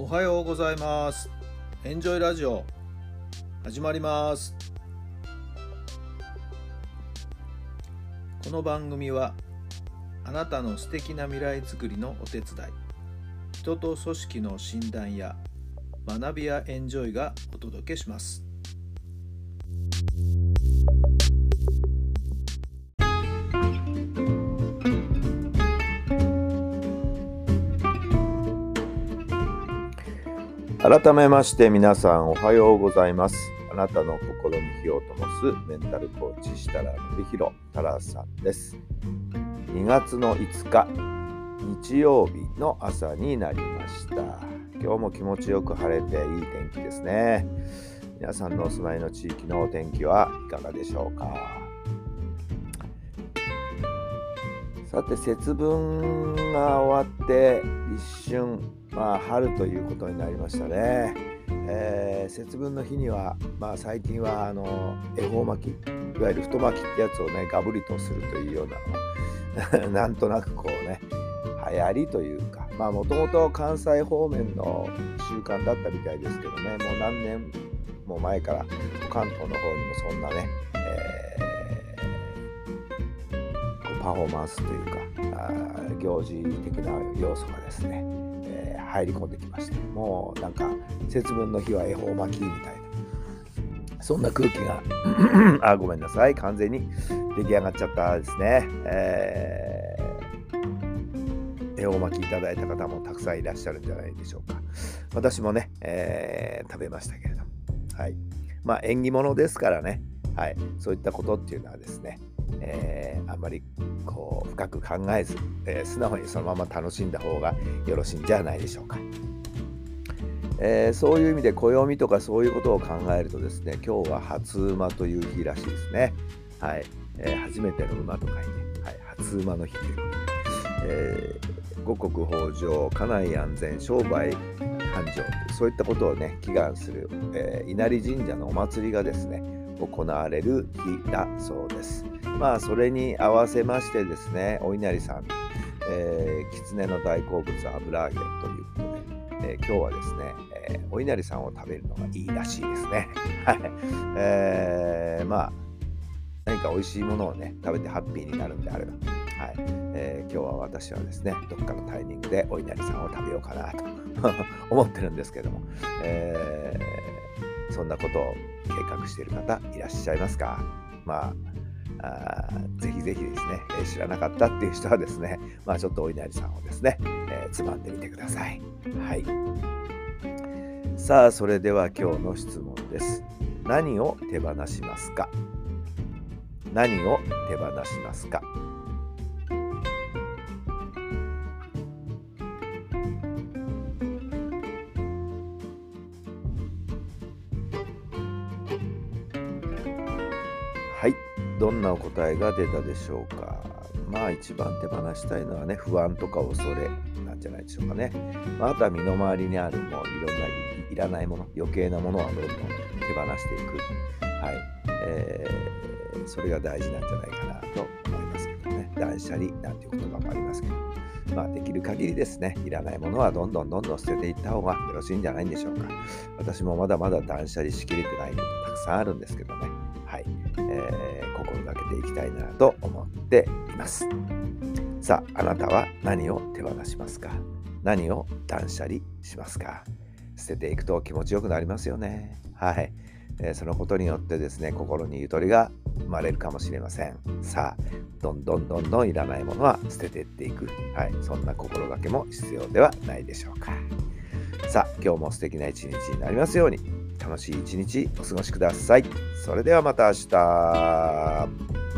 おはようございます。エンジョイラジオ始まります。この番組はあなたの素敵な未来づくりのお手伝い、人と組織の診断や学びやエンジョイがお届けします。改めまして皆さんおはようございます。あなたの心に火を灯すメンタルコーチ設楽範弘太郎さんです。2月の5日日曜日の朝になりました。今日も気持ちよく晴れていい天気ですね。皆さんのお住まいの地域のお天気はいかがでしょうか。さて、節分が終わって一瞬春ということになりましたね。節分の日には、最近は恵方巻き、いわゆる太巻きってやつをねガブリとするというようななんとなく流行りというか、もともと関西方面の習慣だったみたいですけどね、もう何年も前から関東の方にもそんなね、パフォーマンスというか行事的な要素がですね、入り込んできまして、もうなんか節分の日は恵方巻きみたいな、そんな空気がごめんなさい、完全に出来上がっちゃったですね。恵方巻きいただいた方もたくさんいらっしゃるんじゃないでしょうか。私もね、食べましたけれども、はい、縁起物ですからね、はい、そういったことっていうのはですね、あんまり深く考えず、素直にそのまま楽しんだ方がよろしいんじゃないでしょうか。そういう意味で暦とかそういうことを考えるとですね、今日は初馬という日らしいですね。はい、初めての馬と書いて、初馬の日ということで、五穀豊穣、家内安全、商売繁盛、そういったことをね祈願する、稲荷神社のお祭りがですね行われる日だそうです。それに合わせましてですね、お稲荷さん、狐の大好物油揚げということで、今日はですね、お稲荷さんを食べるのがいいらしいですね。何か美味しいものをね食べてハッピーになるんであれば、今日は私はですねどっかのタイミングでお稲荷さんを食べようかなと思ってるんですけども、そんなことを計画している方いらっしゃいますか。ぜひぜひですね、知らなかったっていう人はですね、ちょっとお稲荷さんをですね、つまんでみてください。はい。さあ、それでは今日の質問です。何を手放しますか？何を手放しますか？はい、どんなお答えが出たでしょうか。一番手放したいのはね、不安とか恐れなんじゃないでしょうかね。あとは身の回りにあるもういろんないらないもの、余計なものはどんどん手放していく。それが大事なんじゃないかなと思いますけどね。断捨離なんていう言葉もありますけど、できる限りですね、いらないものはどんどん捨てていった方がよろしいんじゃないんでしょうか。私もまだまだ断捨離しきれてないことたくさんあるんですけどね。はい、心がけていきたいなと思っています。さあ、あなたは何を手放しますか？何を断捨離しますか？捨てていくと気持ちよくなりますよね。はい、そのことによってですね、心にゆとりが生まれるかもしれません。さあ、どんどんいらないものは捨てていっていく、そんな心がけも必要ではないでしょうか。さあ、今日も素敵な一日になりますように、楽しい一日お過ごしください。それではまた明日。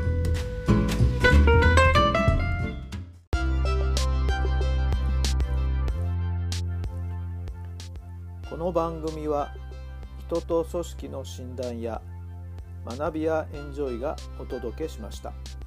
この番組は人と組織の診断や学びやエンジョイがお届けしました。